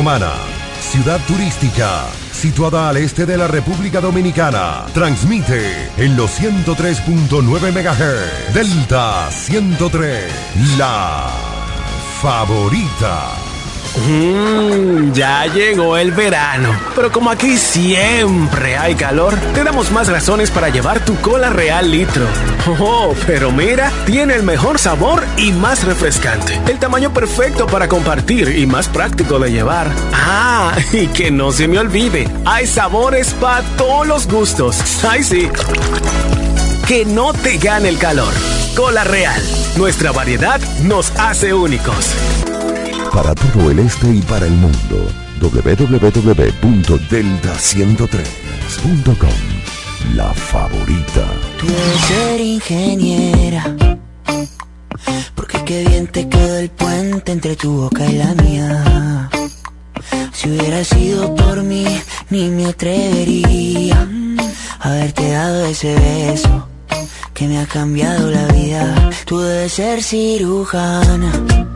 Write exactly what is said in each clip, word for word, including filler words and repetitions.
Romana, ciudad turística, situada al este de la República Dominicana. Transmite en los ciento tres punto nueve megahertz. Delta ciento tres, la favorita. Mmm, ya llegó el verano, pero como aquí siempre hay calor, te damos más razones para llevar tu Cola Real litro. Oh, pero mira, tiene el mejor sabor y más refrescante, el tamaño perfecto para compartir y más práctico de llevar. Ah, y que no se me olvide, hay sabores para todos los gustos. ¡Ay, sí! Que no te gane el calor. Cola Real, nuestra variedad nos hace únicos. Para todo el este y para el mundo, doble u doble u doble u punto delta ciento tres punto com. La favorita. Tú debes ser ingeniera, porque qué bien te quedó el puente entre tu boca y la mía. Si hubiera sido por mí, ni me atrevería a haberte dado ese beso que me ha cambiado la vida. Tú debes ser cirujana,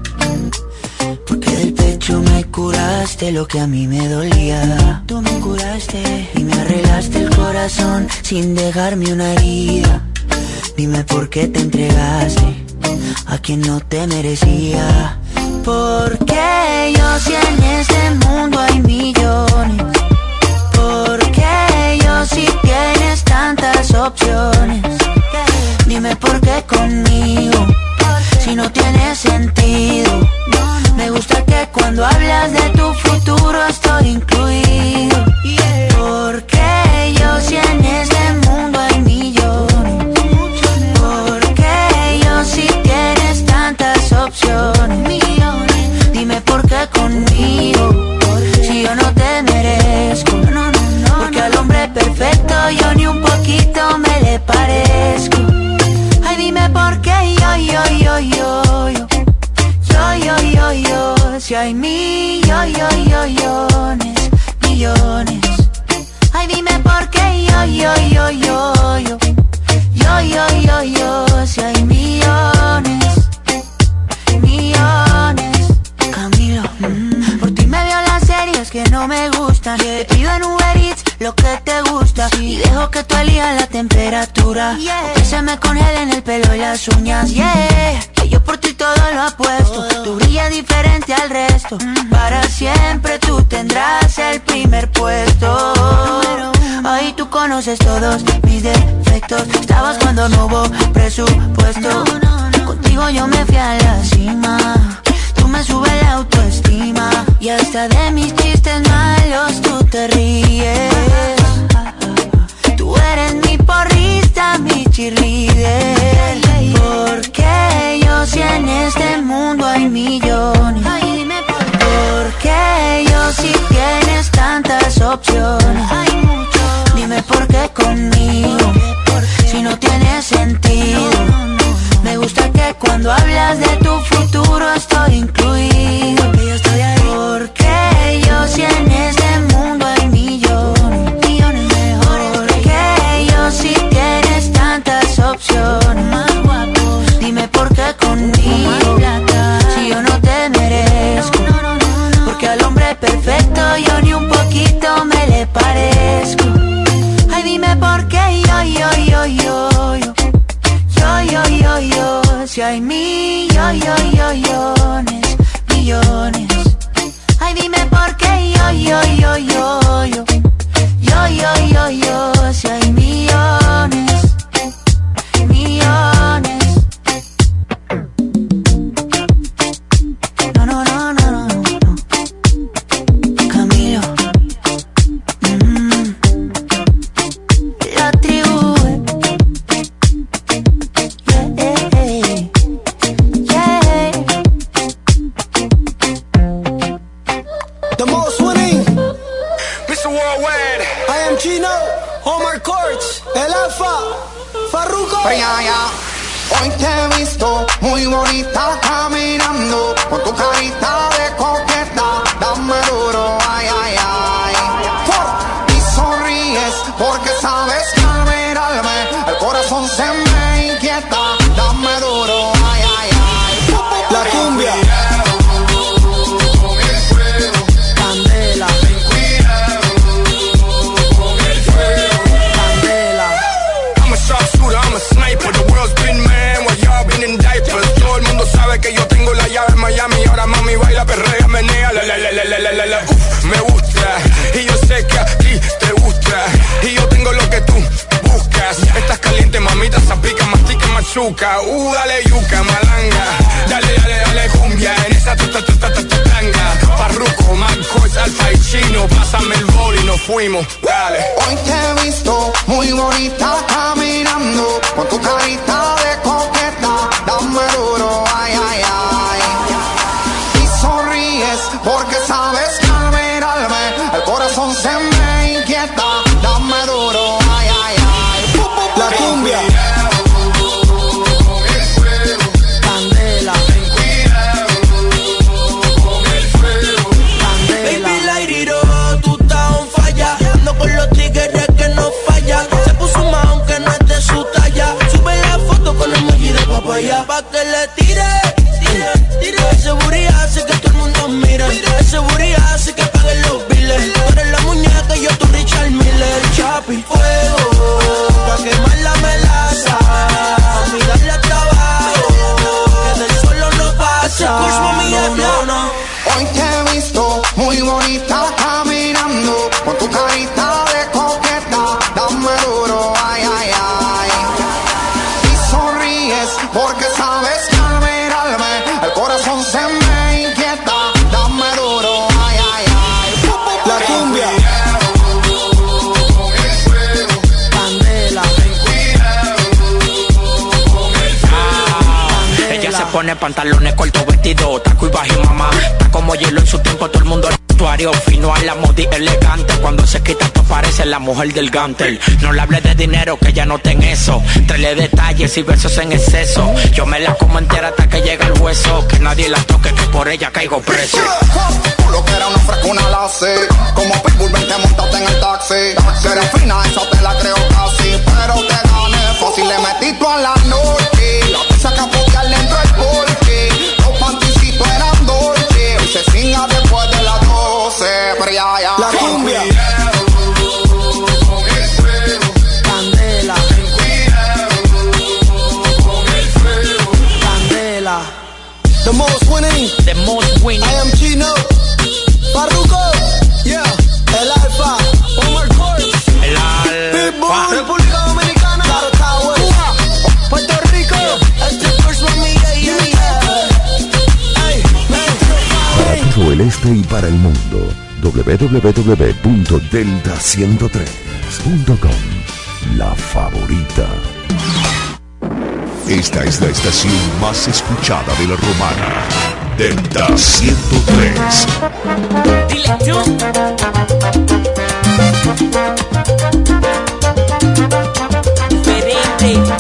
porque del pecho me curaste lo que a mí me dolía. Tú me curaste y me arreglaste el corazón sin dejarme una herida. Dime por qué te entregaste a quien no te merecía. Porque yo si en este mundo hay millones, porque yo si tienes tantas opciones. Dime por qué conmigo, si no tiene sentido. Me gusta que cuando hablas de tu futuro estoy incluido. Porque yo si en este mundo hay millones, porque yo si tienes tantas opciones. Dime por qué conmigo, si yo no te merezco. Porque al hombre perfecto yo ni un poquito me le parezco. Ay, dime por qué yo, yo, yo, yo, yo. Yo, yo, yo, yo, si hay millones, millones. Ay, dime por qué yo, yo, yo, yo, yo. Yo, yo, yo, yo, si hay millones, millones. Camilo, mm, por ti me veo las series que no me gustan. Te pido en Uber Eats lo que te gusta y dejo que tú elijas la temperatura, yeah. O que se me congelen el pelo y las uñas, yeah. Que yo por ti todo lo apuesto, todo. Tú brillas diferente al resto, mm-hmm. Para siempre tú tendrás el primer puesto. Ahí tú conoces todos mis defectos. Estabas cuando no hubo presupuesto, no, no, no. Contigo yo me fui a la cima. Tú me subes la autoestima y hasta de mis chistes malos tú te ríes. Tú eres mi porrista, mi cheerleader. Porque yo si en este mundo hay millones, porque yo si tienes tantas opciones. Dime por qué conmigo, si no tiene sentido. Me gusta que cuando hablas de tu futuro estoy incluido. Que yo estoy ahí. Porque yo si en este mundo hay millones, millones mejores. Porque yo si tienes tantas opciones. Más guapo. Dime por qué conmigo, si yo no te merezco. Porque al hombre perfecto yo ni un poquito me le parezco. Ay, dime por qué yo, yo, yo, yo, yo. Yo, yo, yo, yo, si hay millones, millones. Ay, dime por qué yo, yo, yo, yo, yo. Yo, yo, yo, yo, si hay millones, millones. No, no, no, no, no, no. Camilo. Mm. La tribu. The most winning mister Worldwide. I am Chino, Omar Courts, El Alfa, Farruko. Hoy te he visto muy bonita caminando, con tu carita de coqueta, dame duro, ay, ay, ay. Y sonríes porque sabes que al mirarme el corazón se me inquieta, dame duro, ay, ay, ay. La cumbia. azúcar, uh, dale yuca, malanga. Dale, dale, dale cumbia en esa tuta, tuta, tuta, tanga. Farruko, Marcos, Alfa y Chino, pásame el bol y nos fuimos, dale. Hoy te he visto muy bonita caminando, con tu carita de coqueta, dame duro, ay, ay, ay. Y sonríes porque sabes que al mirarme el corazón se me inquieta, dame duro, ay, ay, ay. La cumbia. Pa' que le tire, tire, tire. Ese booty hace que todo el mundo mire. Ese booty hace que paguen los biles. Tú eres la muñeca y yo tu Richard Miller. Chapi, fuego, pa' quemar la melaza. A mí darle hasta abajo, que del suelo no pasa. No, no, no. Hoy te he visto muy bonita caminando, con tu carita de coqueta, dame duro, ay, ay, ay. Y sonríes porque sabes que al mirarme el corazón se me inquieta, dame duro, ay, ay, ay. La cumbia. Candela. Ah, ella se pone pantalones cortos, vestido, taco y bajo y mamá. Está como hielo en su tiempo, todo el mundo vestuario fino a la modi elegante. Cuando se quita esto parece la mujer del Gantel. No le hable de dinero que ya no ten eso. Tráele detalles y besos en exceso. Yo me la como entera hasta que llega el hueso. Que nadie la toque, que por ella caigo preso. Tú lo que era una frescuna la sé. Como Pitbull ven te montaste en el taxi. Que eres fina, esa te la creo casi. Pero te gané fácil, le metí tú a la noche. La pizza que apoyarle dentro del porche. Los panticitos eran dolce. Y se cinga después de las doce. Pero ya, ya. La cumbia. Candela. Candela. The most winning, The most winning. I am Chino, Farruko, yeah, el Alfa, Omar Courtz, El Alfa. República Dominicana, Cuba, Puerto Rico, Este first mami, yeah, yeah, yeah. ay, Para todo el este y para el mundo, doble u doble u doble u punto delta ciento tres punto com. La favorita. Esta es la estación más escuchada de la Romana. Delta ciento tres. Dile tú. Diferente.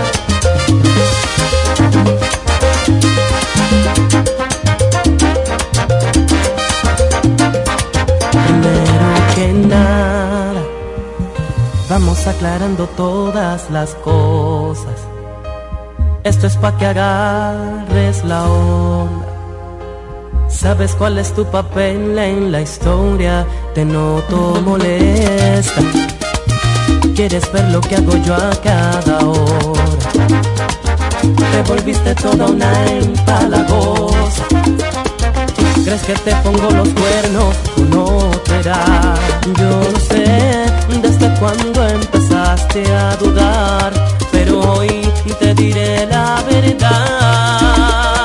Primero que nada, vamos aclarando todas las cosas. Esto es pa' que agarres la onda. ¿Sabes cuál es tu papel en la historia? Te noto molesta. Quieres ver lo que hago yo a cada hora. Te volviste toda una empalagosa. ¿Crees que te pongo los cuernos o no te da? Yo no sé desde cuándo empezaste a dudar, pero hoy te diré la verdad.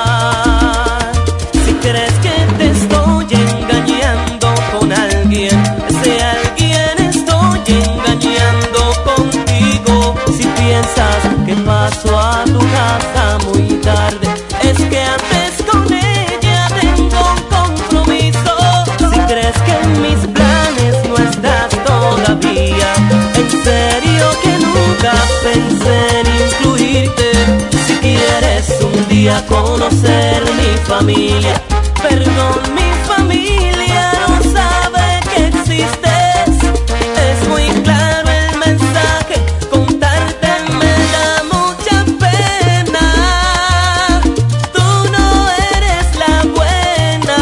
Si crees que te estoy engañando con alguien, ese alguien estoy engañando contigo. Si piensas que paso a tu casa muy tarde, es que antes con ella tengo un compromiso. Si crees que en mis planes no estás todavía, en serio que nunca pensé en incluirte. Si quieres un día conocer mi familia, perdón, mi familia no sabe que existes. Es muy claro el mensaje, contarte me da mucha pena. Tú no eres la buena.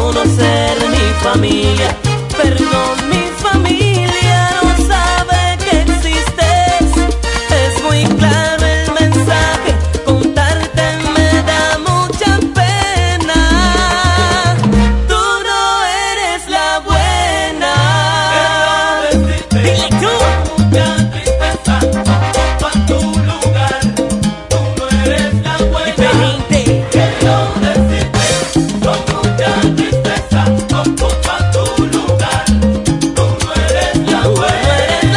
conocer mi familia. Perdón, mi familia no sabe que existes. Es muy claro el mensaje, contarte me da mucha pena. Tú no eres la buena. Dile tú. Mucha tristeza, ocupa tu lugar. Tú no eres la buena. Quiero decirte, con mucha tristeza, ocupa tu lugar. Tú no eres la buena.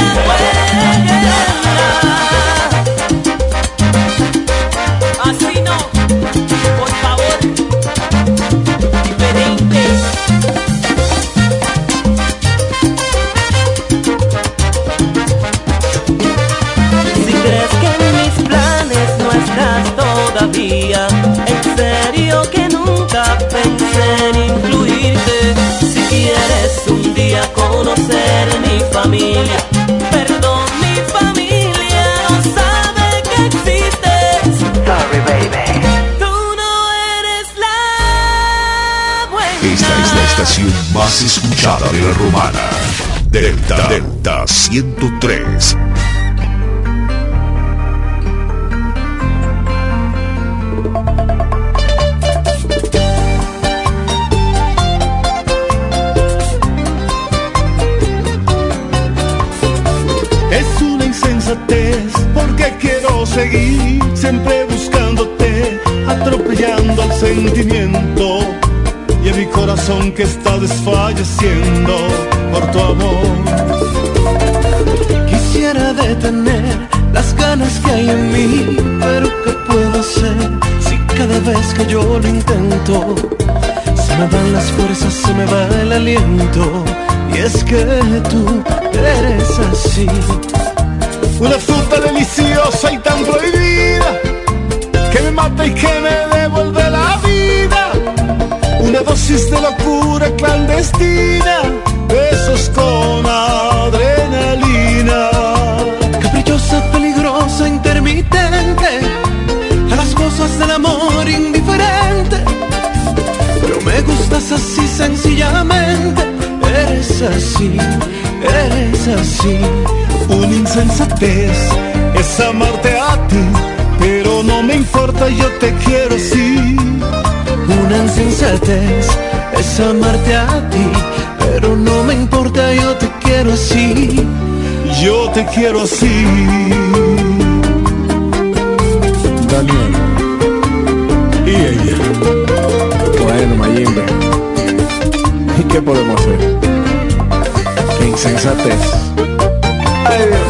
Así no, por favor, diferente. Si crees que en mis planes no estás todavía, en serio que nunca pensé en incluirte. Si quieres un día conocer mi familia, perdón, mi familia no sabe que existes. Sorry, baby. Tú no eres la buena. Esta es la estación más escuchada de la Romana. Delta Delta ciento tres. Es una insensatez porque quiero seguir siempre buscándote, atropellando al sentimiento y a mi corazón que está desfalleciendo por tu amor. Quisiera detener las ganas que hay en mí, pero ¿qué puedo hacer si cada vez que yo lo intento se me van las fuerzas, se me va el aliento? Y es que tú eres así, una fruta deliciosa y tan prohibida, que me mata y que me devuelve la vida. Una dosis de locura clandestina, besos con adrenalina. Caprichosa, peligrosa, intermitente, a las cosas del amor indiferente. Pero me gustas así sencillamente. Eres así, eres así. Una insensatez es amarte a ti, pero no me importa, yo te quiero así. Una insensatez es amarte a ti, pero no me importa, yo te quiero así. Yo te quiero así. Daniel y ella. Bueno, Mayimbe, ¿y qué podemos hacer? ¡Qué insensatez! ¡Ay, Dios!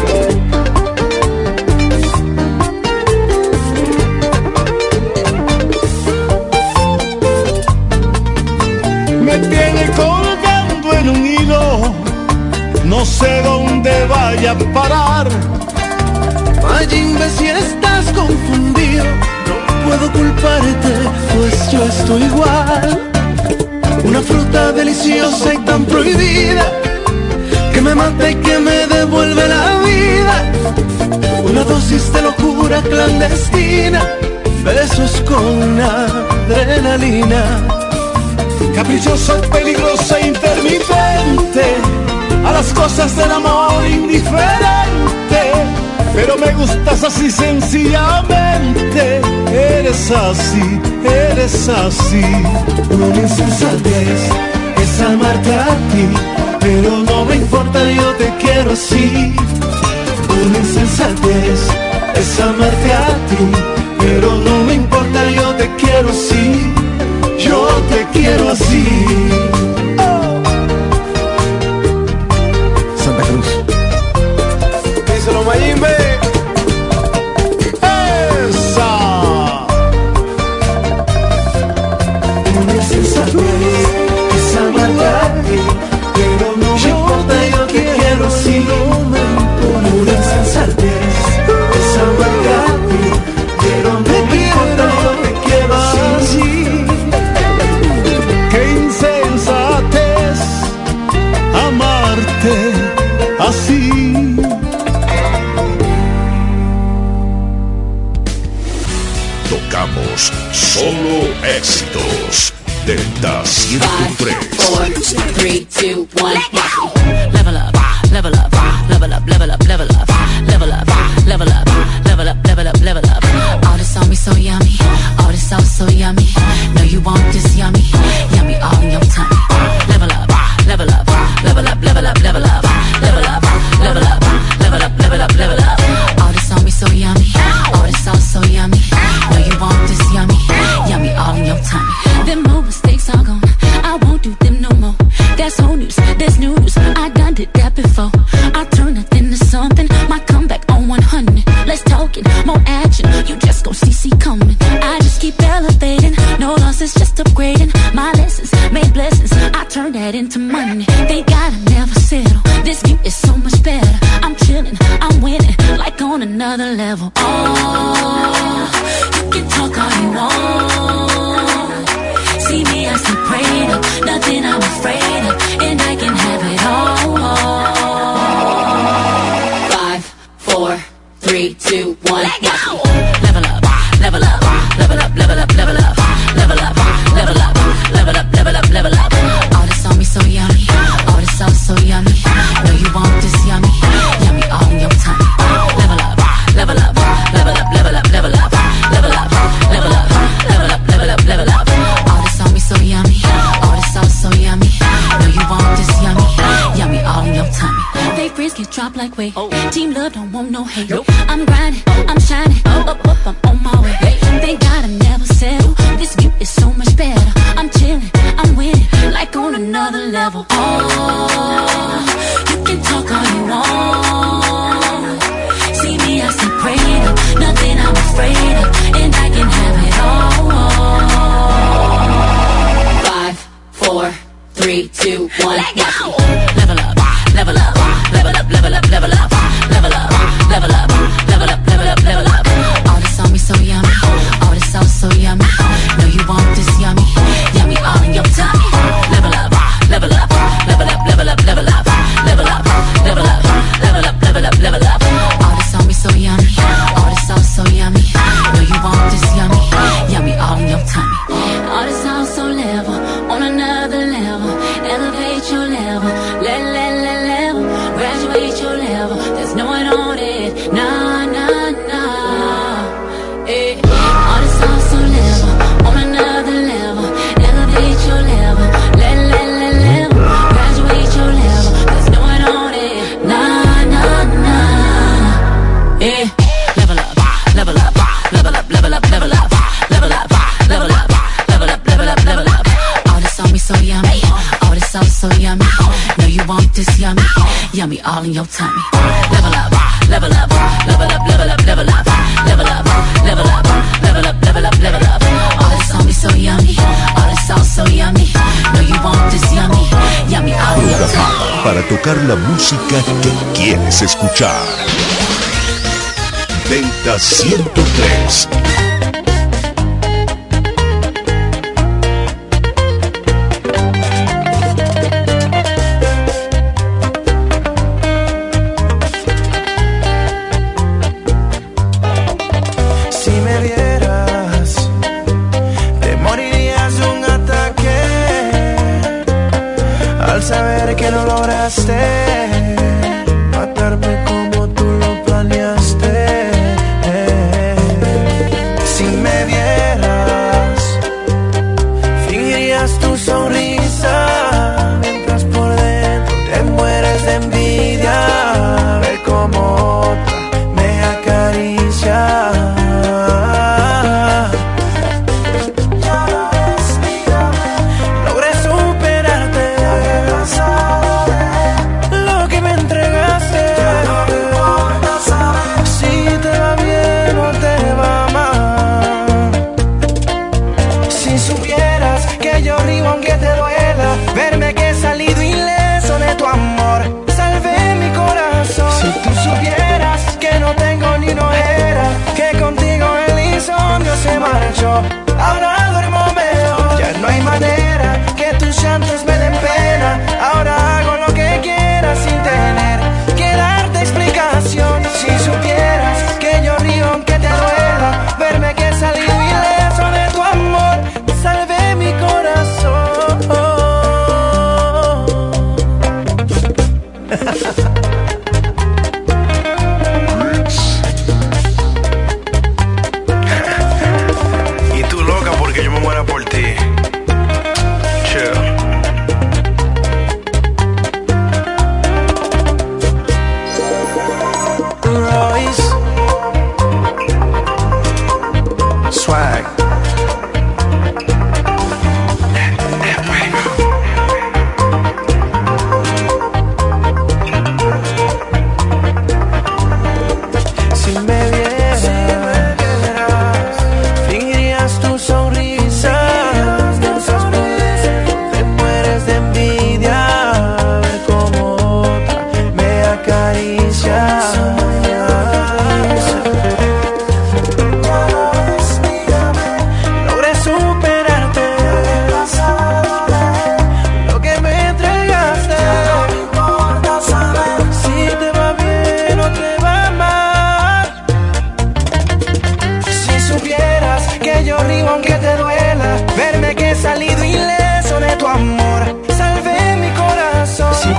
Me tiene colgando en un hilo, no sé dónde vaya a parar. Mayimbe, si estás confundido, no puedo culparte, pues yo estoy igual. Una fruta deliciosa y tan prohibida, que me mata y que me devuelve la vida. Una dosis de locura clandestina, besos con adrenalina. Caprichosa, peligrosa, intermitente, a las cosas del amor indiferente. Pero me gustas así sencillamente. Eres así, eres así. Una insensatez es amarte a ti, pero no me importa, yo te quiero así. Una insensatez es amarte a ti, pero no me importa, yo te quiero así. Yo te quiero así. Oh. Santa Cruz. Díselo, Mayimbe. Esa. Una insensatez es amarte a ti, pero no me importa, yo te quiero así. Una insensatez es amarte a ti, two, one, level up, level up, level up, level up, level up, level up, level up, level up, level up, level up. All this on me so yummy, all this sauce so yummy. No, you want this yummy, yummy all in your tummy. Level up, level up, level up, level up, level up, level up, level up, level up, level up, level up. All this on me so yummy, all this sauce so yummy. No, you want this yummy, yummy all in your tummy. Them old mistakes are gone, I won't do them no more. That's old news, there's new news, I done did that before. I turn nothing to something, my comeback on one hundred. Let's talk it, more action, you just gon' see, see coming. I just keep elevating, no losses, just upgrading. My lessons made blessings, I turn that into money. They gotta never settle, this view is so much better. I'm chilling, I'm winning, like on another level. Oh, you can talk all you want. See me, I stay prayed up, nothing I'm afraid of, and I can have it all. Five, four, three, two, one, level up, level up, level up, level up, level up, level up, level up, level up, level up, level up, level up. All this on me so yummy, all this sauce so yummy. No, you want this yummy, yummy all in your tummy. Level up, level up, level up, level up, level up, level up, level up, level up, level up, level up. All this on me so yummy, all this sauce so yummy. No, you want this yummy, yummy all in your tummy. They frizz get dropped like weight. Team love don't want no hate. I'm grinding, I'm shining, up, up, I'm on my way. They gotta never settle, this view is so much better. I'm chilling, I'm winning, like on another level. Oh, you can talk all you want. See me, I stay prayed up, nothing I'm afraid of, and I can have it all. Five, four, three, two, one, level up, level up, level up, level up, level up, level up, level up, level up, level up, level up. All this on me so yummy, all this sauce so yummy. No, you want this yummy, yummy all in your tummy. Level up, level up, level up, level up, level up, level up, level up, level up, level up, level up. All this on me so yummy, all this sauce so yummy. No, you want this yummy, yummy all in your tummy. All this sauce so level, on another level. Elevate your level, let, let, let level. Graduate your level, there's no one on it. Nah, nah, nah. Eh. All this sauce so level, on another level. Elevate your level, let, let, let level. Graduate your level, there's no one on it. Nah, nah, nah. Eh. Level up, level up, level up, level up, level up, level up, level up, level up, level up, level up. All this on me so yummy, all this sauce so yummy. No, you want this yummy, yummy all in your tummy. Level up, level up, level up, level up, level up, level up, level up, level up, level up, level up. All this on me so yummy, all this sauce so yummy. No, you want this yummy, yummy all in your tummy. Para tocar la música que quieres escuchar. Delta ciento tres. Saber que no lograste matarme como tú lo planeaste. Si me vieras, fingirías tu sonrisa, mientras por dentro te mueres de envidia. Ver cómo otra me acaricia. Logré superarte, lo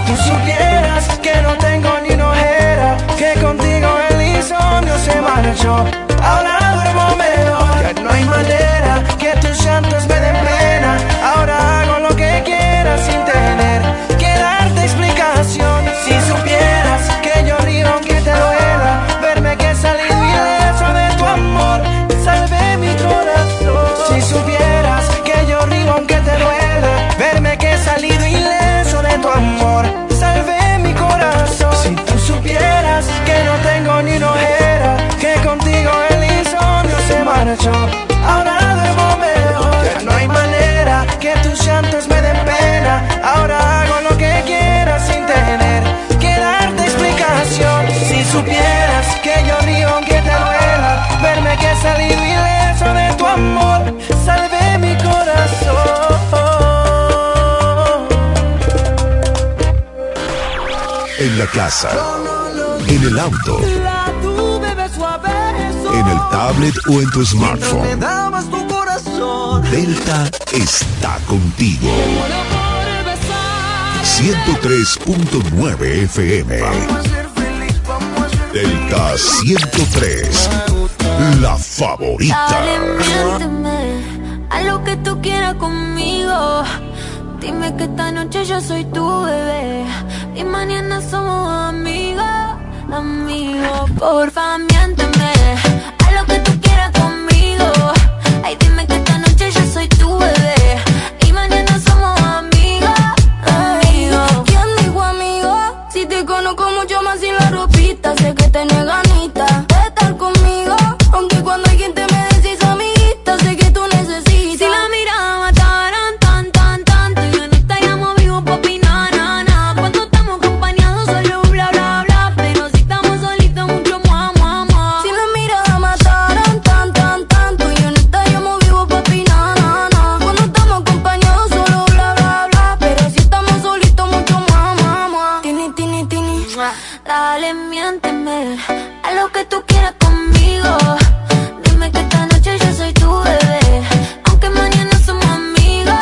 tú supieras que no tengo ni una ojera, que contigo el insomnio se marchó. Ahora duermo mejor, ya no hay manera que tus llantos me den pena. Ahora hago lo que quiera sin tener que darte explicación. Si supieras que yo río aunque te duela, verme que he salido ileso de tu amor, salvé mi corazón. Si supieras que yo río aunque te duela, verme que he salido ileso de tu amor, salvé mi corazón. Si tú supieras que no tengo ni una ojera, que contigo el insomnio se marchó. Ahora duermo mejor, ya no hay manera que tus llantos me den pena. Ahora hago lo que quiera sin tener que darte explicación. Si supieras que yo río aunque te duela, verme que he salido ileso de tu amor, salvé mi corazón. En la casa, en el auto, en el tablet o en tu smartphone, Delta está contigo. ciento tres punto nueve F M. Delta ciento tres, la favorita. Dale, miénteme a lo que tú quieras conmigo. Dime que esta noche yo soy tu bebé y mañana somos amigos, amigos. Porfa, miénteme a lo que tú quieras conmigo. Ay, dime que esta noche yo soy tu bebé y mañana somos amigos, amigos. ¿Quién dijo amigo? Si te conozco mucho más sin la ropita, sé que tenés ganita de estar conmigo, aunque cuando hay gente me decís amiguita, sé que tú necesitas. Si la mirada mataran tan, tan, tanto, yo no estaríamos vivos pa' opinar, na, na. Cuando estamos acompañados solo bla, bla, bla, pero si estamos solitos mucho mua, mua, mua. Si la mirada mataran tan, tan, tanto, yo no estaríamos vivos pa' opinar, na, na. Cuando estamos acompañados solo bla, bla, bla, pero si estamos solitos mucho mua, mua, mua. Tini, tini, tini, dale, miénteme a lo que tú quieras conmigo. Dime que esta noche yo soy tu bebé, aunque mañana somos amigos,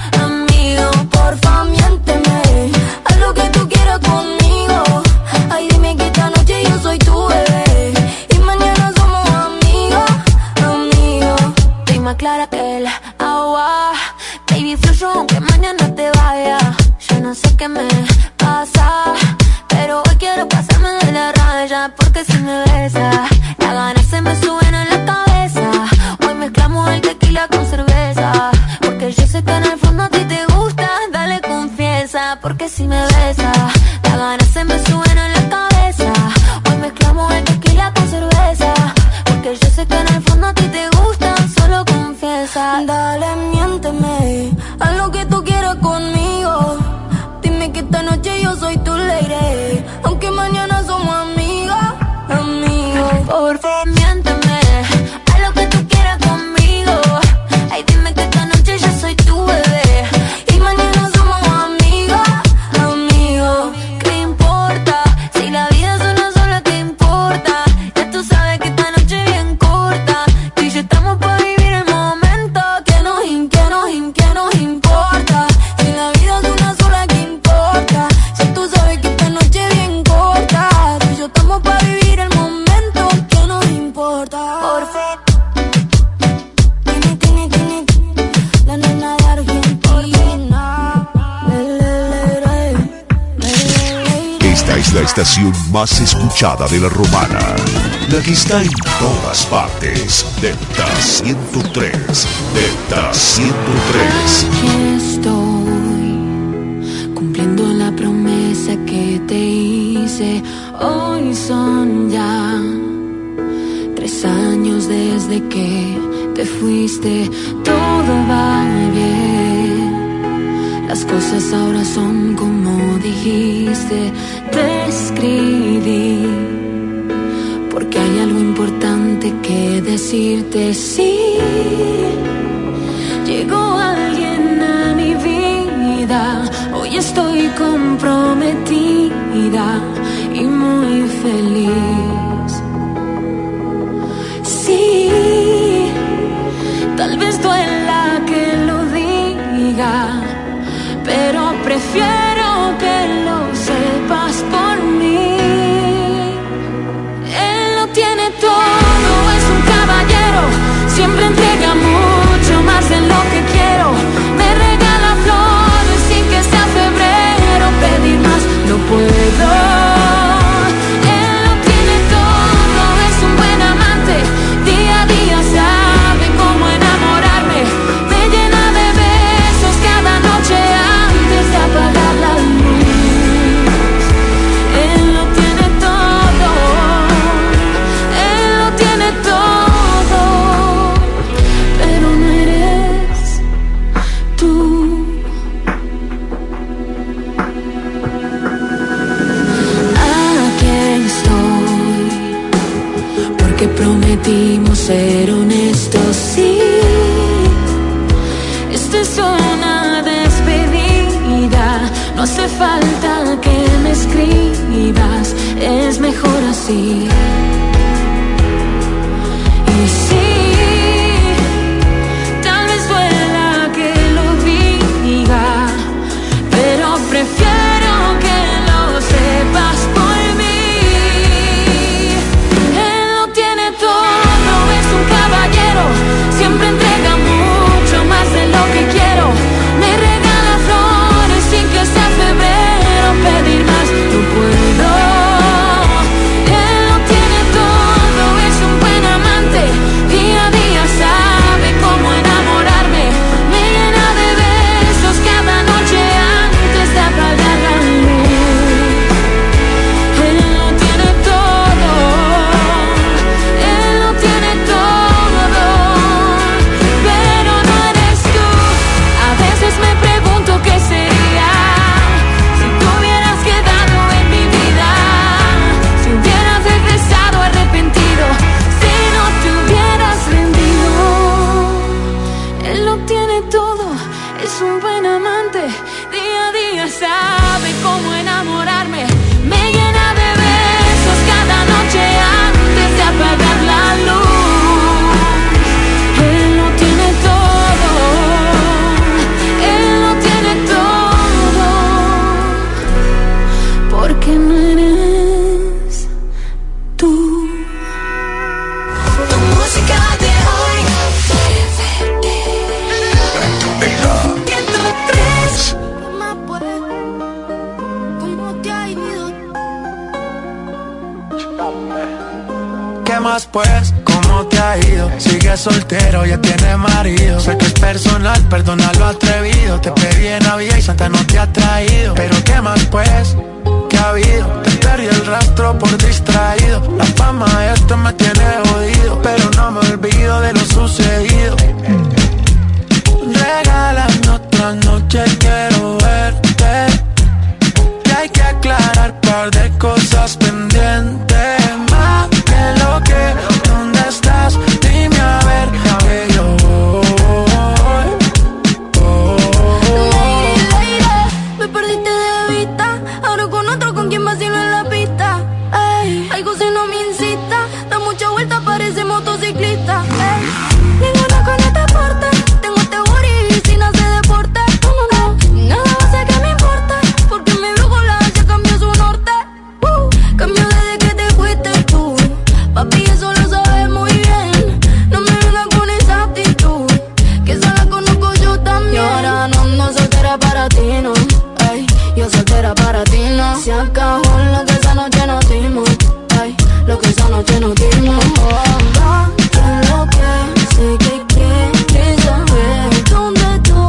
amigos. Porfa, miénteme a lo que tú quieras conmigo. Ay, dime que esta noche yo soy tu bebé y mañana somos amigos, amigos. Estoy más clara que el agua, baby, fluyo aunque mañana te vaya. Yo no sé qué me pasa, pero hoy quiero pasarme de la raya, porque si me besas, las ganas se me suben a la cabeza. Hoy mezclamos el tequila con cerveza, porque yo sé que en el fondo a ti te gusta, dale confianza. Porque si me besas, las ganas se me suben a la cabeza. Hoy mezclamos el tequila con cerveza, porque yo sé que en el fondo a ti te gusta, solo confianza. Dale, miénteme a lo que tú quieras conmigo. Dime que esta noche yo soy tu lady, aunque mañana somos amigos, amigos. Por favor, miénteme a lo que tú quieras conmigo. Ay, dime que esta noche yo soy tu bebé y mañana somos amigos, amigos. ¿Qué importa? Si la vida es una sola, ¿qué importa? Ya tú sabes que esta noche es bien corta, tú y yo estamos para vivir el momento. Que nos, que nos, que nos importa? Si la vida es una sola, ¿qué importa? Si tú sabes que esta noche es bien corta, tú y yo estamos para vivir el momento. Que nos importa? Por favor. Tini, tini, tini, la nena de Argentina. Esta es la estación más escuchada de la Romana, la que está en todas partes. Delta ciento tres, Delta ciento tres. Aquí estoy, cumpliendo la promesa que te hice. Hoy son ya tres años desde que te fuiste. Todo va bien, las cosas ahora son como dijiste. Te escribí porque hay algo importante que decirte. Sí, llegó alguien a mi vida, hoy estoy comprometida y muy feliz. Sí, tal vez duela que lo diga, pero prefiero que lo prometimos ser honestos, sí. Esta es una despedida, no hace falta que me escribas, es mejor así. Y sí, tal vez duela que lo diga, pero prefiero que lo sepas por mí. Él lo tiene todo, es un caballero, siempre entrega mucho más de lo que quiero. Me regala flores sin que sea febrero, pedir más no puedo. Él lo tiene todo, es un buen amante, día a día sabe cómo enamorarme. Me llena de besos cada noche antes de apagar la luz. Él lo tiene todo, él lo tiene todo, pero no eres tú. A veces me pregunto qué sería si tú hubieras quedado en mi vida, si hubieras regresado arrepentido, si no te hubieras rendido. Él lo tiene todo, es un buen amante, día a día sabe cómo enamorarme. Me llena de besos cada noche antes de apagar la luz. Él lo tiene todo, él lo tiene todo, porque no eres tú. Tu música de hoy. ciento tres. ¿Cómo te ha ido? ¿Qué más pues? ¿Cómo te ha ido? Sigues soltero, ya tienes marido. Sé que es personal, perdona lo atrevido. Te pedí en Navidad y Santa no te ha traído. Pero ¿qué más pues? ¿Qué ha habido? Te perdí el rastro por distraído. La fama de esto me tiene jodido, pero no me olvido de lo sucedido. Regálame otra noche, quiero verte. Y hay que aclarar par de cosas pendientes. Más que lo que, ¿dónde estás? Dime a ver que yo voy. Oh. Lady, lady, me perdiste de vista. Ahora con otro, con quien vacilo en la pista. Ey, algo si no me incita. Da mucha vuelta, parece motociclista. Ey, ninguna con este porte. Tengo este booty sin hacer deporte. No, no, no, nada va a ser que me importe, porque mi brújula ya cambió su norte. Uh, cambió desde que te fuiste tú. Papi, eso lo sabes muy bien. No me vengas con esa actitud, que esa la conozco yo también. Y ahora no ando soltera para ti, no. Ay, yo soltera para ti, no. Se acabó lo que esa noche nos dimos. Ay, lo que esa noche nos dimos. Oh, oh, ¿qué es lo que sé que quieres saber? ¿Dónde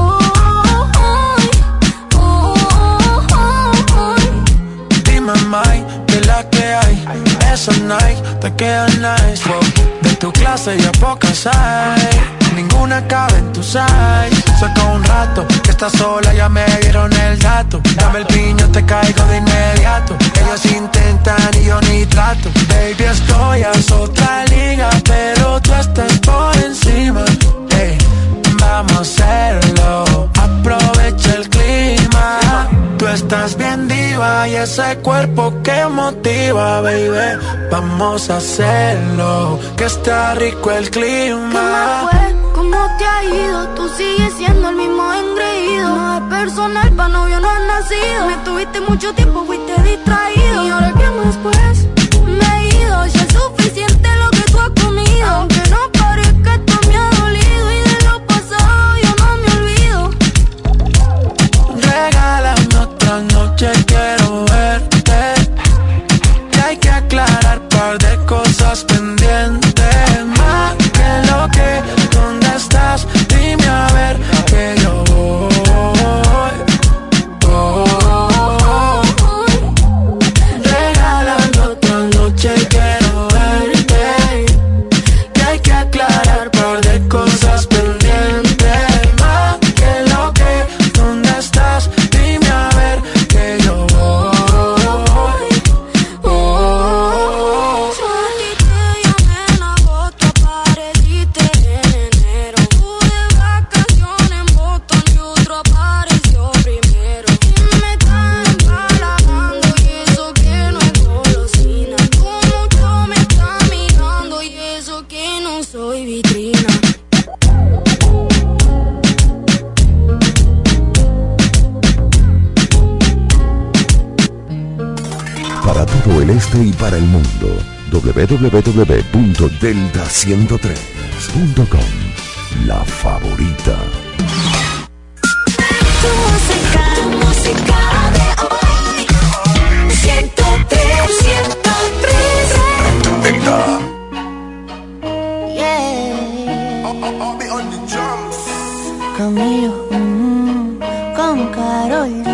estoy? Oh, oh, oh, oh. Dime, Mike, que la que hay. Esa night te queda nice, wow. De tu clase ya pocas hay, ninguna cabe en tu size. Saca un rato que estás sola, ya me dieron el dato. Dame el piño, te caigo de inmediato. Ellos intentan y yo ni trato. Baby, estoy a otra liga, pero tú estás por encima. Hey, vamos a hacerlo, aprovecha el clima. Tú estás bien diva y ese cuerpo que motiva, baby. Vamos a hacerlo, que está rico el clima. ¿Qué más fue? ¿Cómo te ha ido? Tú sigues siendo el mismo engreído. No es personal, pa' novio no has nacido. Me tuviste mucho tiempo, fuiste distraído. ¿Y ahora qué más pues? Me he ido, ya es suficiente lo que tú has comido. Aunque no parezca, esto me ha dolido, y de lo pasado yo no me olvido. Regálame otra noche, quiero verte. Y hay que aclarar par de cosas pendientes. Más que lo que, ¿dónde estás? Dime a ver que yo voy. Oh, oh, oh. Para todo el este y para el mundo, doble u doble u doble u punto delta ciento tres punto com. La favorita. Tu música, música de hoy. ciento tres, ciento tres. Delta. Yeah. Camilo, mm, con Karol G.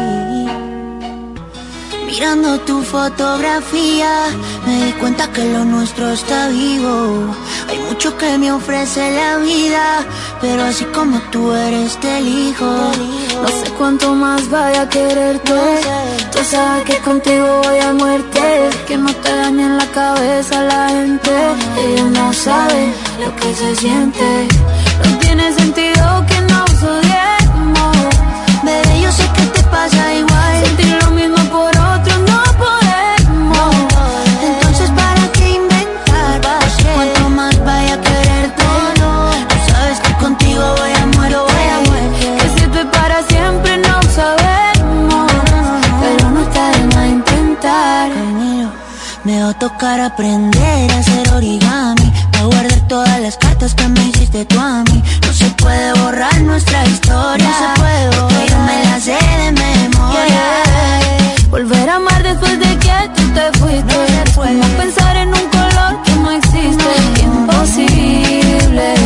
Mirando tu fotografía, me di cuenta que lo nuestro está vivo. Hay mucho que me ofrece la vida, pero así como tú eres te elijo. No sé cuánto más vaya a quererte, tú sabes que contigo voy a muerte. Que no te dañe en la cabeza la gente, ella no sabe lo que se siente. No tiene sentido que nos odiemos, bebé, yo sé que te pasa igual. Sentir lo mismo por otro no podemos. Entonces ¿para qué inventar? Cuanto más vaya a quererte, tú sabes que contigo voy a muero, voy a muerte. Que si esto es para siempre no sabemos, pero no está de más intentar. Me va a tocar aprender a hacer origami, a guardar todas las cartas que me hiciste tú a mí. No se puede borrar nuestra historia, no se puede borrar, porque yo me la sé de memoria. Yeah. Volver a amar después de que tú te fuiste, no como pensar en un color que no existe. Imposible,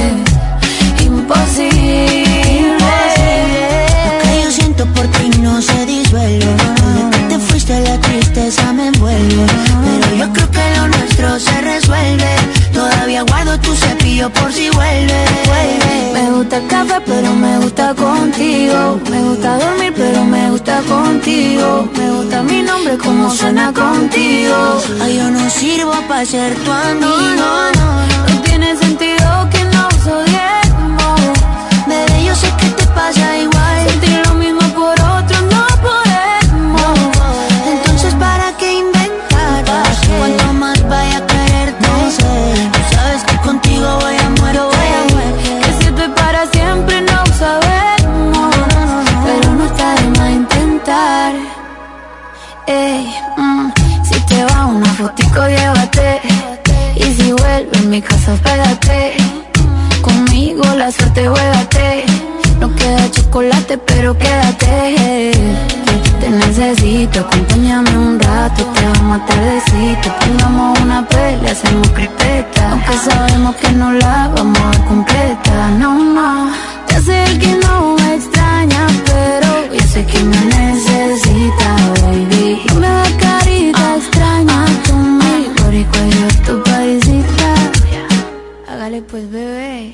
imposible. Lo que yo siento por ti no se disuelve. Desde que te fuiste la tristeza me envuelve, pero yo creo que lo nuestro se resuelve. Todavía guardo tu cepillo por si vuelve, vuelve. Me gusta el café pero me gusta contigo. Me gusta dormir pero me gusta contigo. Me gusta mi nombre como suena contigo. Ay, yo no sirvo para ser tu amigo. No, no, no, no tiene sentido que nos odiemos, bebé, yo sé que te pasa igual. Sentir lo mismo por otro no podemos. Entonces ¿para qué inventar? Cuanto más vaya a quererte, no sé. Tú sabes que contigo voy a muero, voy a muerte. Que si esto es para siempre no sabemos, pero no está de más intentar. Ey, mm, si te va una fotico llévate, y si vuelve en mi casa pégate. Conmigo la suerte juégate, no queda chocolate pero quédate. Te necesito, acompáñame un rato, te vamos a tardecito. Pongamos una pelea, hacemos cripeta, aunque sabemos que no la vamos a dar completa. No, no, te sé que no me extraña, pero yo sé que me necesita, baby. No me da carita extraña, tú mi boricua y yo tu paisita. Hágale pues, bebé.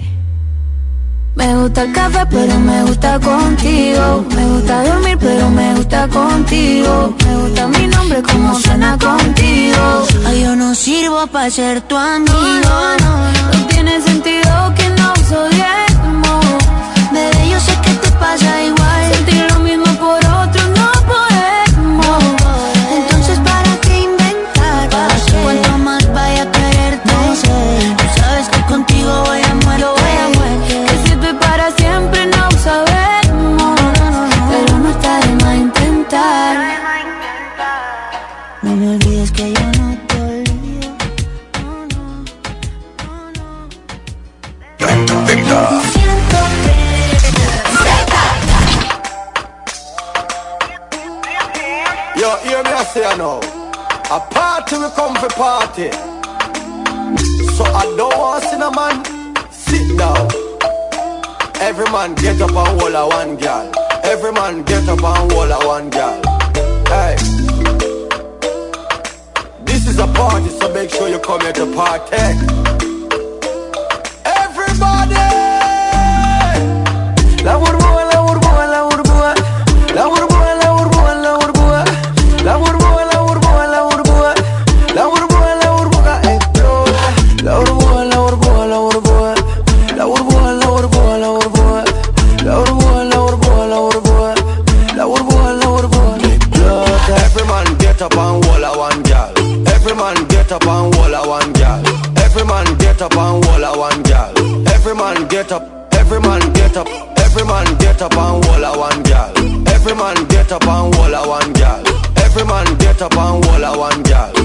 Me gusta el café pero me gusta contigo. Me gusta dormir pero me gusta contigo. Me gusta mi nombre como suena contigo. Ay, yo no sirvo para ser tu amigo. No, no, no, no tiene sentido que nos odiemos, bebé, yo sé que te pasa igual. Sentir lo mismo por otro no podemos. Entonces ¿para qué inventar? Cuanto más vaya a quererte, no sé. Tú sabes que contigo voy a muero, voy a muerte. Que si esto es para siempre no sabemos, pero no está de más intentar. No me olvides que yo no te olvido. No, no, no, no. Yo, hear me I say now, a party we come for party. So I don't want to see no man sit down. Every man get up and hold a one girl. Every man get up and hold a one girl. Hey, this is a party, so make sure you come here to party. Everybody, la burbuja, la burbuja, la burbuja, la burbuja, la burbuja, la burbuja, la burbuja, la burbuja, la burbuja, la burbuja, la burbuja explota. La burbuja, la burbuja, la burbuja, la burbuja, la burbuja, la burbuja, la burbuja, la burbuja, la burbuja, la burbuja, la burbuja explota. Every man get up and hold a one girl. Every man get up and hold a one girl. Every man get up and hold a one girl. Every man get up. Every man get up. Every man get up and hold a one girl. Every man get up and hold a one girl. Every man get up and hold a one girl.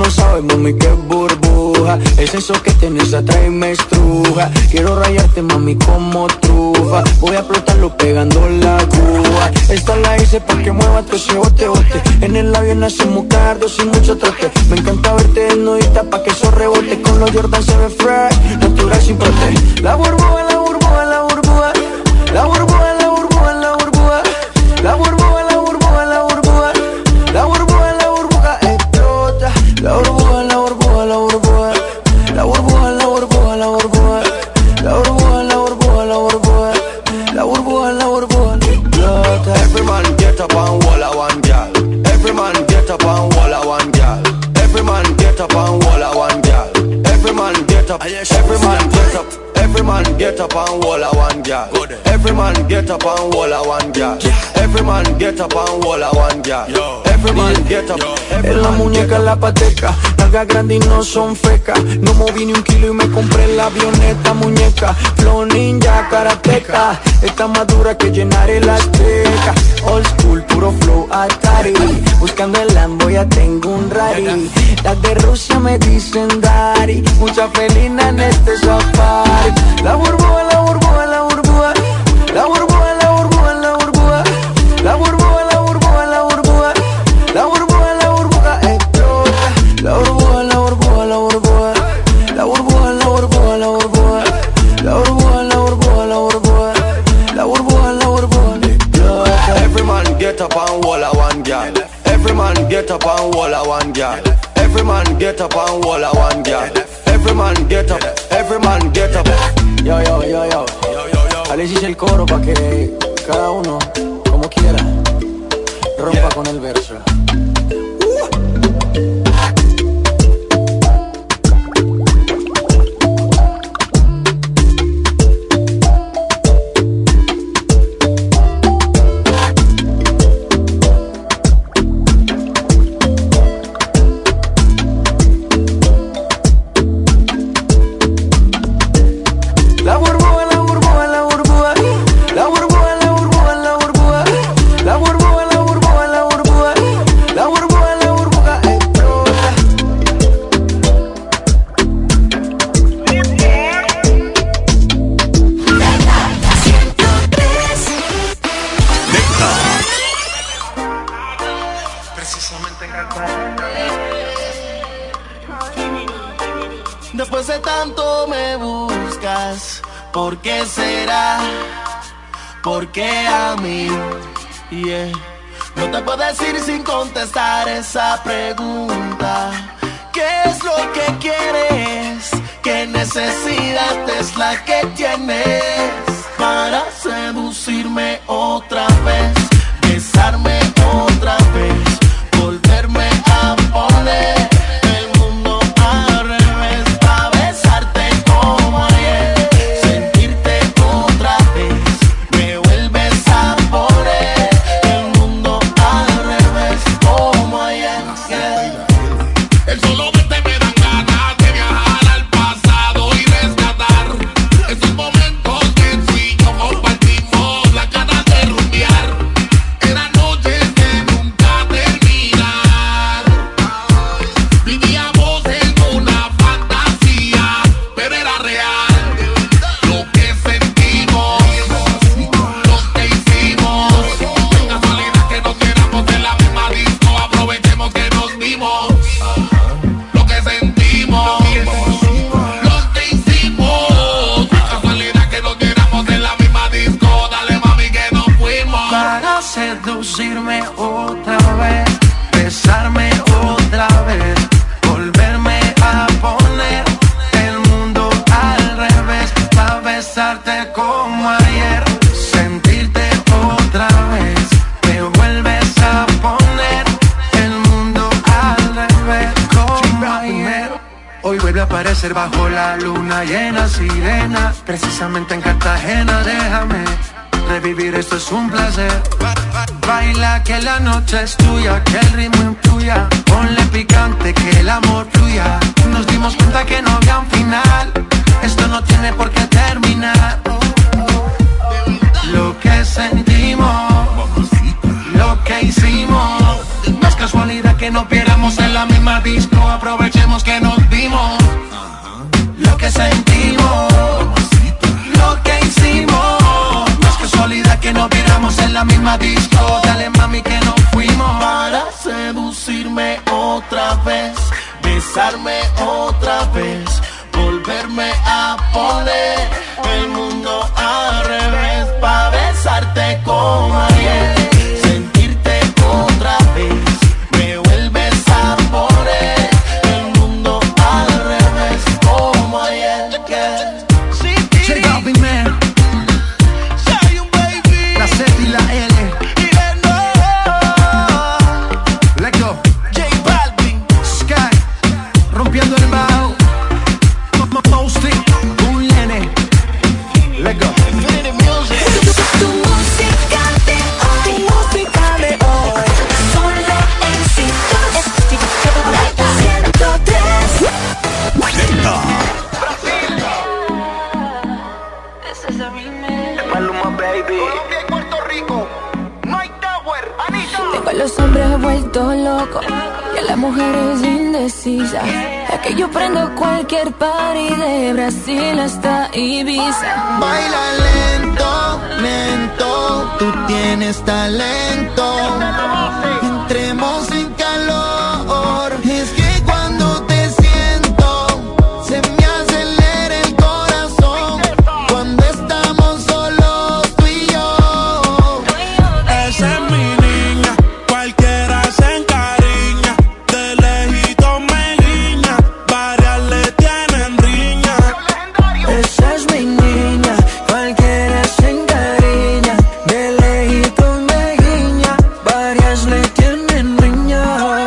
no sabes, mami, que burbuja. Es eso que tienes atrás y me estruja. Quiero rayarte, mami, como trufa. Voy a explotarlo pegando la aguja. Esta la hice pa' que mueva tu ese bote, bote. En el avión hacemos cardio sin mucho trote. Me encanta verte desnudita pa' que eso rebote. Con los Jordan se ve fresh, natural sin prote. La burbuja, la burbuja, la burbuja. La burbuja, la burbuja, la burbuja. La burbuja, la burbuja, la burbuja. La burbuja, la burbuja explota. La burbuja, la burbuja, la burbuja. La burbuja, la burbuja, la burbuja. La burbuja, la burbuja, la burbuja. La burbuja, la burbuja explota. Every man get up and wall a one girl. Every man get up and wall a one girl. Every man get up and wall a one girl. Every man get up. Every man get up. Every man get up and wall a one girl. Every man get up and wall a one girl. Every man get up and wall a one girl. Every man get up. En la muñeca, en la pateca, nalgas grandes y no son fecas. No moví ni un kilo y me compré la avioneta, muñeca. Flow ninja, karateca. Está más dura que llenar el Azteca. Old school, puro flow Atari. Buscando el Lambo ya tengo un rally. Las de Rusia me dicen Dari. Mucha felina en este safari. La burbuja, la burbuja, la burbuja. La burbuja, la burbuja, la burbuja. La burbuja, la burbuja, la burbuja. La burbuja, la burbuja explota. La burbuja, la burbuja, la burbuja. La burbuja, la burbuja, la burbuja. La burbuja, la burbuja, la burbuja. La burbuja, la burbuja explota. Every man get up and wall a one girl. Every man get up and wall a one girl. Every man get up and wall a one girl. Every man get up. Every man get up. Yo, yo, yo, yo. Alex hice el coro pa' que cada uno, como quiera, rompa con el verso. Después de tanto me buscas, ¿por qué será? ¿Por qué a mí? Yeah. No te puedo decir sin contestar esa pregunta. ¿Qué es lo que quieres? ¿Qué necesidad es la que tienes para seducirme otra vez? Besarme otra vez, volverme a poner seducirme otra vez, besarme otra vez, volverme a poner el mundo al revés, pa' besarte como ayer, sentirte otra vez, me vuelves a poner el mundo al revés como ayer. Hoy vuelve a aparecer bajo la luna llena, sirena, precisamente en Cartagena. Déjame revivir, esto es un placer. Baila que la noche es tuya, que el ritmo influya. Ponle picante, que el amor fluya. Nos dimos cuenta que no había un final. Esto no tiene por qué terminar. Lo que sentimos, lo que hicimos, no es casualidad que que nos viéramos en la misma disco. Aprovechemos que nos dimos lo que sentimos, lo que hicimos. No es casualidad que nos viéramos en la misma disco. Dale mami que nos fuimos. Para seducirme otra vez, besarme otra vez, volverme a poner el mundo al revés, pa' besarte como ayer, sentirte otra vez, me vuelves a poner el mundo al revés como ayer. Yeah. Check out me man, la Z y la L. Let's go. J Balvin, Sky, rompiendo el bajo. Un nene. Let's go. Tu música de hoy, tu música de hoy, solo éxitos. ciento tres. Delta. This is a remix. Maluma baby. Colombia y Puerto Rico, Mike Tower, Anita. Tengo a los hombres vueltos locos y a las mujeres indecisas. Es que yo prendo cualquier party de Brasil hasta Ibiza. Baila lento, lento, tú tienes talento. Entremos en calor. Es que cuando te siento, se me acelera el corazón. Cuando estamos solos tú y yo. Esa es mi niña, cualquiera se encariña. De lejito me guiña, varias le tienen riña. Esa es mi niña, cualquiera se encariña. De lejito me guiña, varias le tienen riña.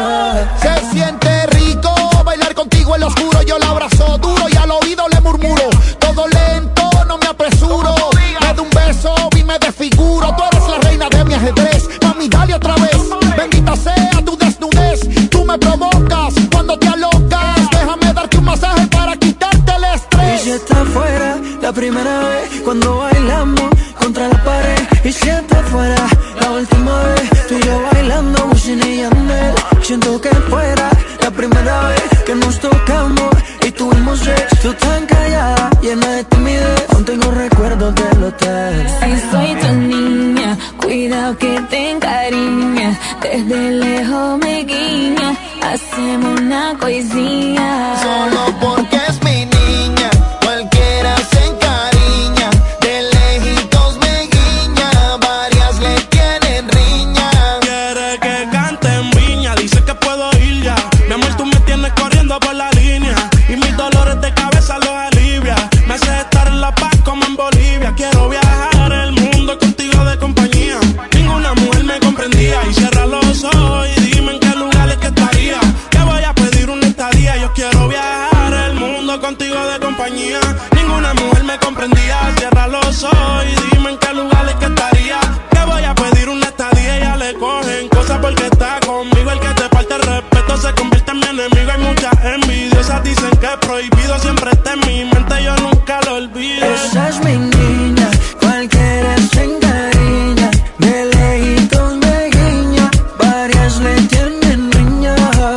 Se siente rico bailar contigo en lo oscuro. Yo la abrazo duro y al oído le murmuro. Todo lento, no me apresuro. Me da un beso y me desfiguro. Tú eres la reina de mi ajedrez. Mami, dale otra vez. Bendita sea tu desnudez. Tú me provocas cuando te alocas. Déjame darte un masaje para quitarte el Y estrés. si está fuera, la primera vez cuando bailamos contra la pared. Y si está fuera, la última vez tú y yo bailando Wisin y Yandel. Siento que fuera la primera vez que nos tocamos y tuvimos sexo tan callada, llena de timidez. Aún tengo recuerdos del hotel. Si soy tu niña, cuidado que te encariñas. Desde lejos me guiñas, hacemos una coisilla. Solo porque es mi niña, cualquiera se encariña. De lejitos me guiña, varias le tienen riña. Quiere que cante en Viña, dice que puedo ir ya. Mi amor, tú me tienes corriendo por la línea y mis dolores de cabeza los alivia. Me hace estar en La Paz como en Bolivia. Quiero viajar el mundo contigo de compañía. Ninguna mujer me comprendía. Y cierra los ojos y dime en qué lugares que estaría. Que voy a pedir una estadía. Yo quiero viajar el mundo contigo de compañía. Ninguna mujer me comprendía. Cierra los ojos y dime en qué lugares que estaría. Que voy a pedir una estadía. Ya le cogen cosas porque está conmigo. El que te falta el respeto se convierte en mi enemigo. Hay muchas envidiosas, dicen que es prohibido. Siempre está en mi mente, yo nunca lo olvido. Esa es mi niña, cualquiera se encariña. De lejitos me guiña, varias le tienen riña.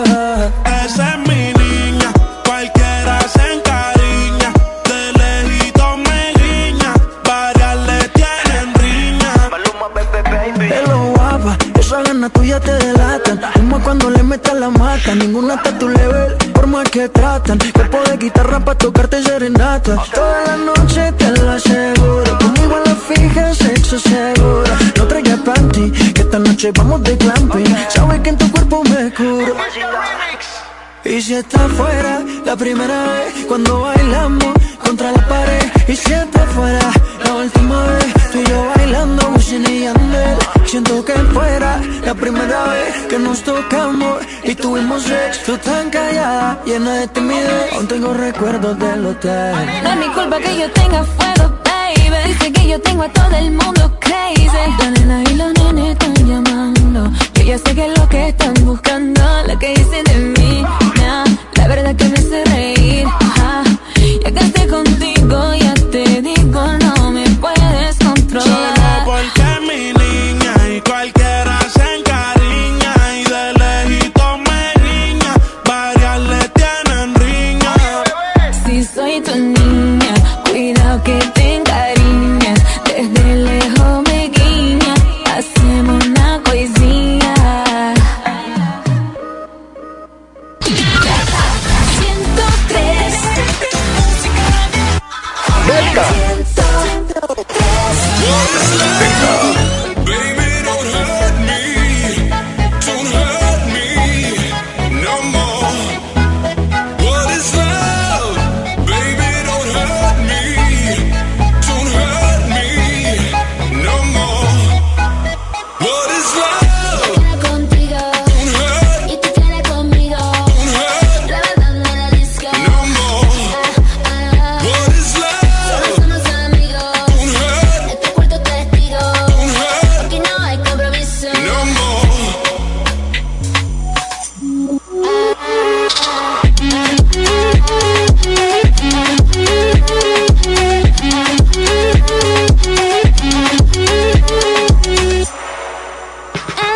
Esa es mi niña, cualquiera se encariña. De lejito me guiña, varias le tienen riña. Hello guapa, esa gana tuya te delatan. Como cuando le metes la mata. Ninguna está a tu level, por más que tratan. Cuerpo de guitarra pa' tocarte serenata. Toda la noche te lo aseguro. Conmigo a la fija, sexo seguro. No traigas panty, que esta noche vamos de glamping. Sabes que en tu cuerpo me curo. Y si está fuera, la primera vez cuando bailamos contra la pared. Y si está fuera, la última vez tú y yo bailando Wisin y Yandel. Siento que fuera la primera vez que nos tocamos y tuvimos sexo tan callada, llena de timidez. Aún tengo recuerdos del hotel. No es mi culpa que yo tenga fuego, baby. Dice que yo tengo a todo el mundo crazy. La nena y los nenes están llamando. Yo ya sé que es lo que están buscando. Lo que dicen de mí, nah, la verdad que me hace reír. Ajá. Ya que estoy contigo, ya te digo, no me puedes controlar. Solo porque es mi niña y cualquiera se encariña. Y de lejito me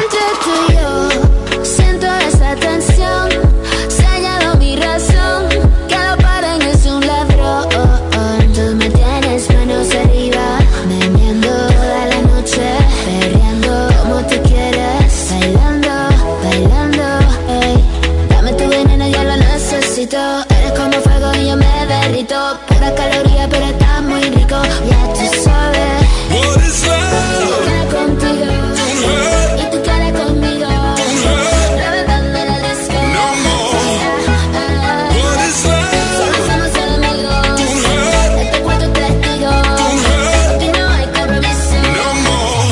Entre tú y yo siento esa tensión, se ha llevado mi razón, que lo paren es un ladrón. Tú me tienes manos arriba, bebiendo toda la noche, perreando como tú quieres, bailando, bailando, ey. Dame tu veneno, yo lo necesito. Eres como fuego y yo me derrito. Pura caloría, pero está muy rico. Ya tú sabes. What is love? Yo quiero contigo y tú quieres conmigo. Reventando en el disco. No more. What is love? Solo somos enemigos. Este cuarto testigo. Aquí no hay compromiso. No more.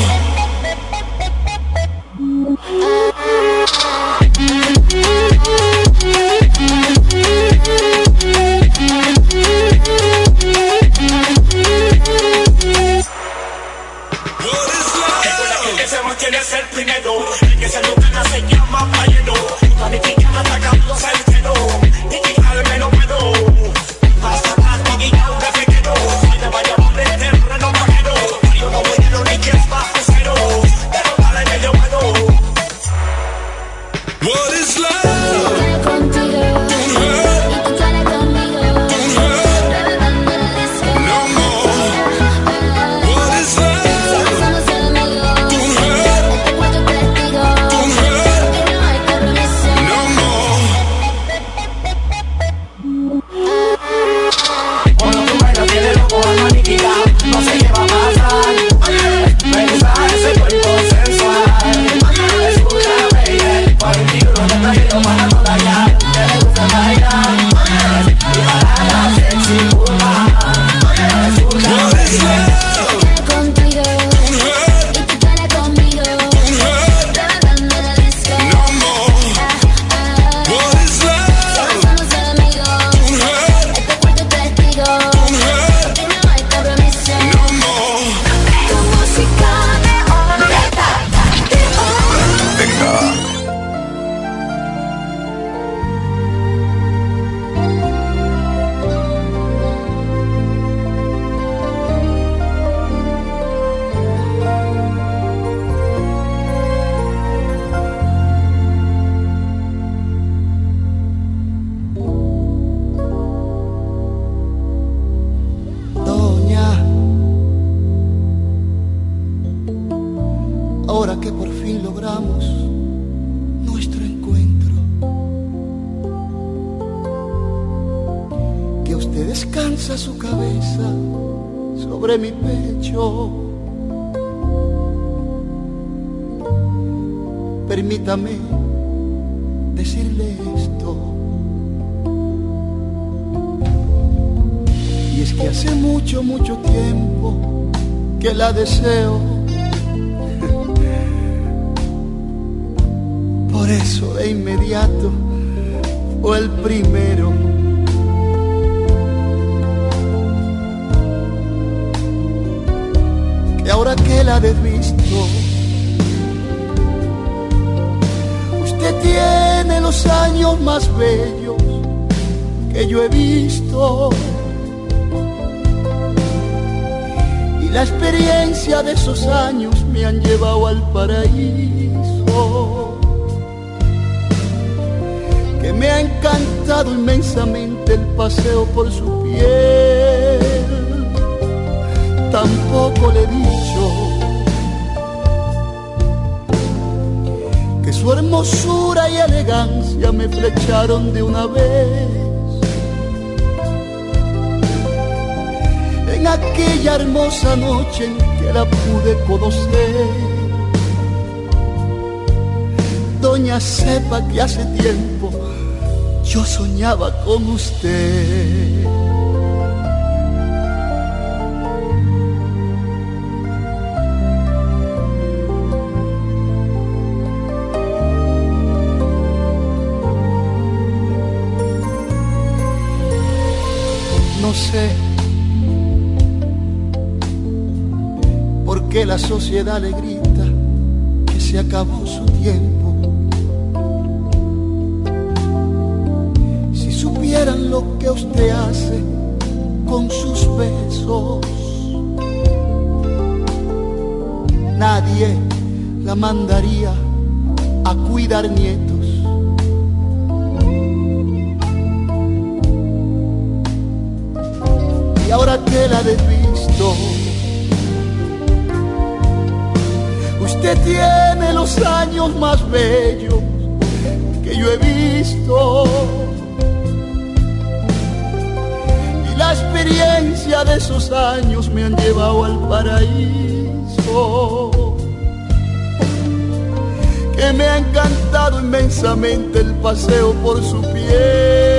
Quiere ser primero, el que se lo gana se llama balleno. Planifica atacando certero, y al menos puedo. Pasa la y ya un defequero, si te vaya a poner terreno bajero. Yo no voy a lo ni que es bajo cero, pero dale medio puedo. What is love? Yo quiero contigo y tú quieres conmigo. Reventando en el disco. No more. What is love? Solo somos enemigos. Este cuarto testigo. Aquí no hay compromiso. No more. Cuando tu baila tiene loco al maniquita, no se lleva a pasar. Me gusta ese cuerpo sensual. Escucha, baby, cuarenta y uno te traigo para toda ya. Que le gusta bailar y para la sexy curva. Escucha, baby. Yo quiero contigo y tú quieres conmigo. Reventando en el disco. No more. What is love? Solo somos enemigos. Este cuarto testigo. Aquí no hay compromiso. No more. Tu música me honesta. Venga. Doña, ahora que por fin logramos nuestro encuentro, que usted descansa su cabeza sobre mi pecho, permítame decirle esto. Y es que hace mucho, mucho tiempo que la deseo. Por eso de inmediato fue el primero. Que ahora que la he desvisto, usted tiene los años más bellos que yo he visto. Y la experiencia de esos años me han llevado al paraíso, que me ha encantado inmensamente el paseo por su piel. Tampoco le he dicho que su hermosura y elegancia me flecharon de una vez. En aquella hermosa noche en que la pude conocer. Doña, sepa que hace tiempo yo soñaba con usted. No sé por qué la sociedad le grita que se acabó su tiempo. Si supieran lo que usted hace con sus besos, nadie la mandaría a cuidar nietos. Y ahora que la he visto, usted tiene los años más bellos que yo he visto. Y la experiencia de esos años me han llevado al paraíso. Que me ha encantado inmensamente el paseo por su piel.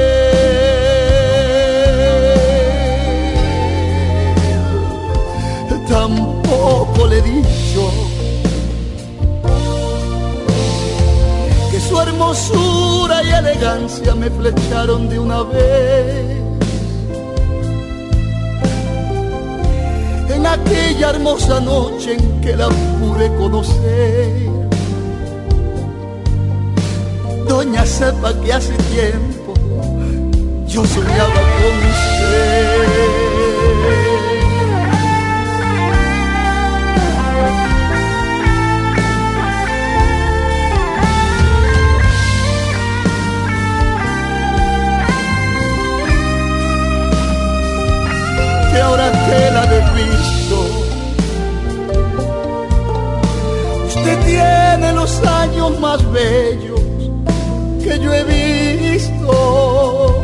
Tampoco le he dicho que su hermosura y elegancia me flecharon de una vez. En aquella hermosa noche en que la pude conocer. Doña, sepa que hace tiempo yo soñaba con usted. Que ahora que la he visto, usted tiene los años más bellos que yo he visto.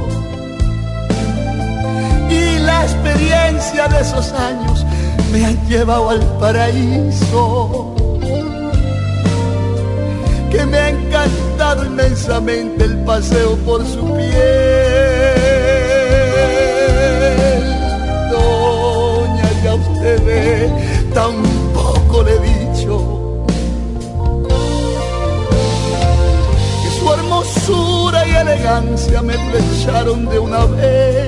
Y la experiencia de esos años me han llevado al paraíso. Que me ha encantado inmensamente el paseo por su piel. Doña, ya usted ve, tampoco le he dicho su hermosura y elegancia me flecharon de una vez.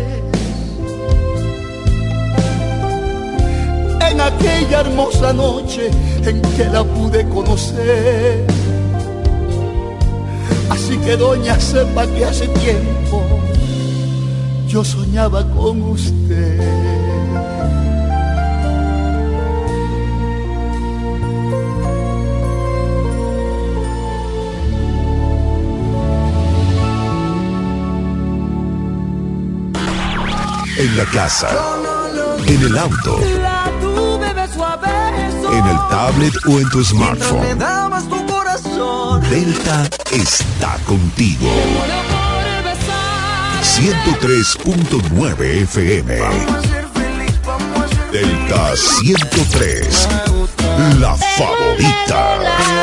En aquella hermosa noche en que la pude conocer. Así que doña, sepa que hace tiempo yo soñaba con usted. En la casa, en el auto, en el tablet o en tu smartphone. Delta está contigo. ciento tres punto nueve F M. Delta ciento tres, la favorita.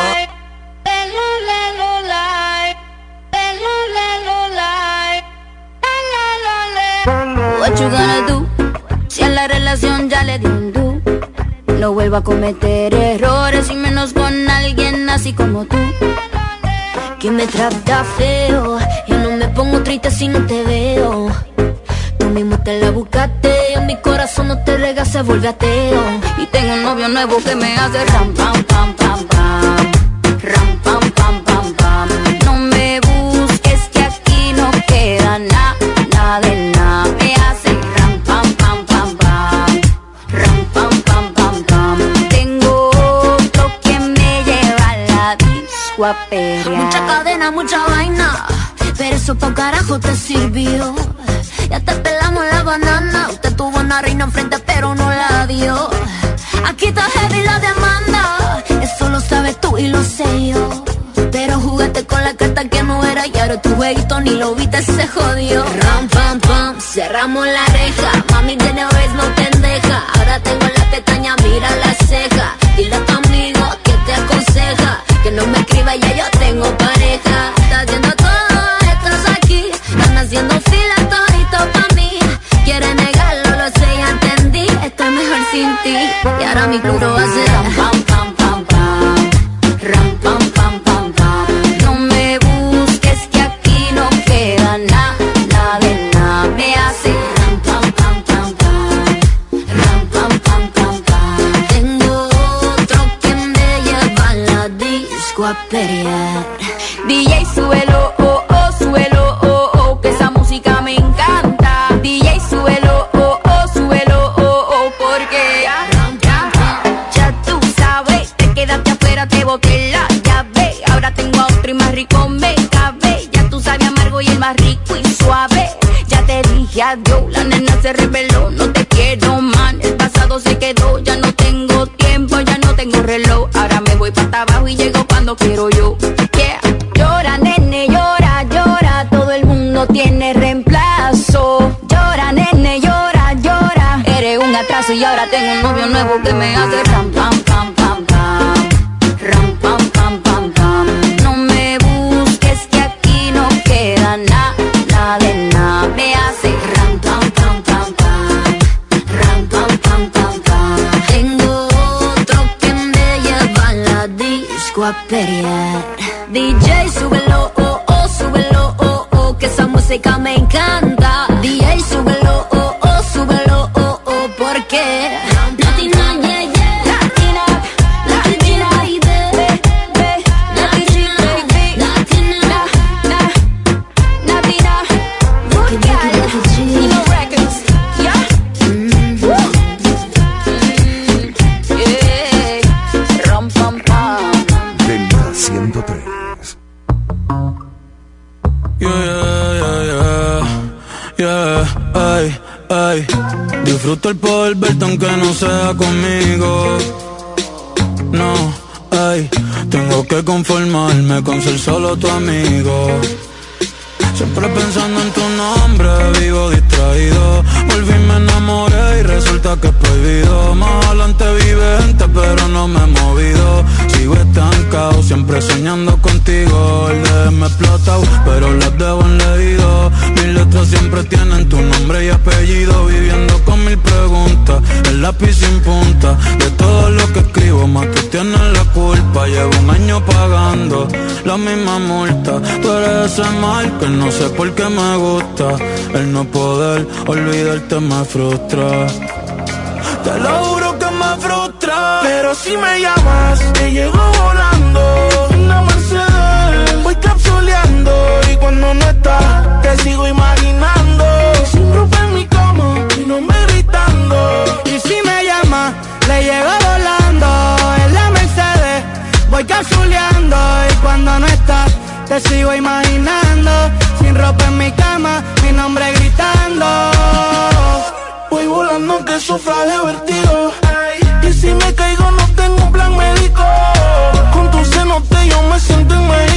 What you gonna do? Si a la relación ya le di un do. No vuelvo a cometer errores y menos con alguien así como tú, que me trata feo. Yo no me pongo triste si no te veo. Tú mismo te la buscaste. En mi corazón no te rega, se vuelve ateo. Y tengo un novio nuevo que me hace ram pam pam pam pam. Ram pam pam pam pam. No me busques que aquí no queda nada, nada de nada. Me hace ram pam pam pam pam. Ram pam pam pam pam. Tengo otro que me lleva a la disco a pelear. Mucha cadena, mucha vaina, pero eso pa' carajo te sirvió. Ya te pelamos la banana. Usted tuvo una reina enfrente pero no la dio. Aquí está heavy la demanda. Eso lo sabes tú y lo sé yo. Pero jugaste con la carta que no era y ahora tu jueguito ni lo viste, se jodió. Ram pam pam, cerramos la reja. Mami de una vez no pendeja. Ahora tengo la pestaña, mira la ceja. Dile a tu amigo que te aconseja que no me escriba, ya yo tengo pareja. Estás haciendo todo, estás aquí. Están haciendo fila todito pa' mí. Quiere negarlo, lo sé, ya entendí. Estoy mejor sin ti. Y ahora mi club va a ser ram pam pam pam pam. Ram pam pam pam pam. No me busques que aquí no queda nada, nada de nada. Me hace ram pam pam pam pam. Ram pam pam pam pam. Tengo otro que me lleva a la disco a pelear. D J suelo, oh oh, suelo, oh oh, que esa música me encanta. D J suelo, oh oh, suelo, oh oh, porque ya, ya, ya tú sabes, te quedaste afuera, te boté la llave. Ahora tengo a otro y más rico me cabe. Ya tú sabes amargo y el más rico y suave. Ya te dije adiós, la nena se rebeló. No te quiero, man, el pasado se quedó. Ya no tengo tiempo, ya no tengo reloj. Ahora me voy para abajo y llego cuando quiero yo. Yeah. Llora, nene, llora, llora. Todo el mundo tiene reemplazo. Llora, nene, llora, llora. Eres un atraso y ahora tengo un novio nuevo que me hace ram, pam, pam, pam, pam. Ram, pam, pam, pam, pam. No me busques que aquí no queda nada, nada de nada. Me hace ram, pam, pam, pam, pam. Ram, pam, pam, pam, pam. Tengo otro que me lleva a la disco a pelear. D J, súbelo, oh, oh, súbelo, oh, oh, que esa música me encanta. D J, súbelo, oh, oh, súbelo, oh, oh, porque Latina, yeah, yeah. Latina, Latina, baby, baby. Latina, baby, Latina, na, na, Latina. Nino Records, yeah. Woo. Yeah. Ram, pam, pam. Delta ciento tres. Yeah, yeah, yeah, yeah, ay, ay. Disfruto el poder verte aunque no sea conmigo. No, ay, tengo que conformarme con ser solo tu amigo. Siempre pensando en tu nombre, vivo distraído. Volví, me enamoré y resulta que es prohibido. Más adelante vive gente, pero no me he movido. Sigo estancado, siempre soñando contigo. El D M explotado, pero las debo en leído. Mis letras siempre tienen tu nombre y apellido. Viviendo con mil preguntas, el lápiz sin punta. De todo lo que escribo, más tú tienes la culpa. Llevo un año pagando la misma multa. Tú eres ese mal que no sé por qué me gusta. El no poder olvidarte me frustra. Te lo juro que me frustra. Pero si me llamas, te llego volando. Una Mercedes, voy capsuleando. Y cuando no estás, te sigo imaginando. Sin ropa en mi cama, mi nombre gritando. Y si me llamas, le llego volando. En la Mercedes, voy capsuleando. Y cuando no estás, te sigo imaginando. Sin ropa en mi cama, mi nombre gritando. Voy volando que sufra de vertigo. Y si me caigo no tengo un plan médico. Con tu cenote yo me siento en medio.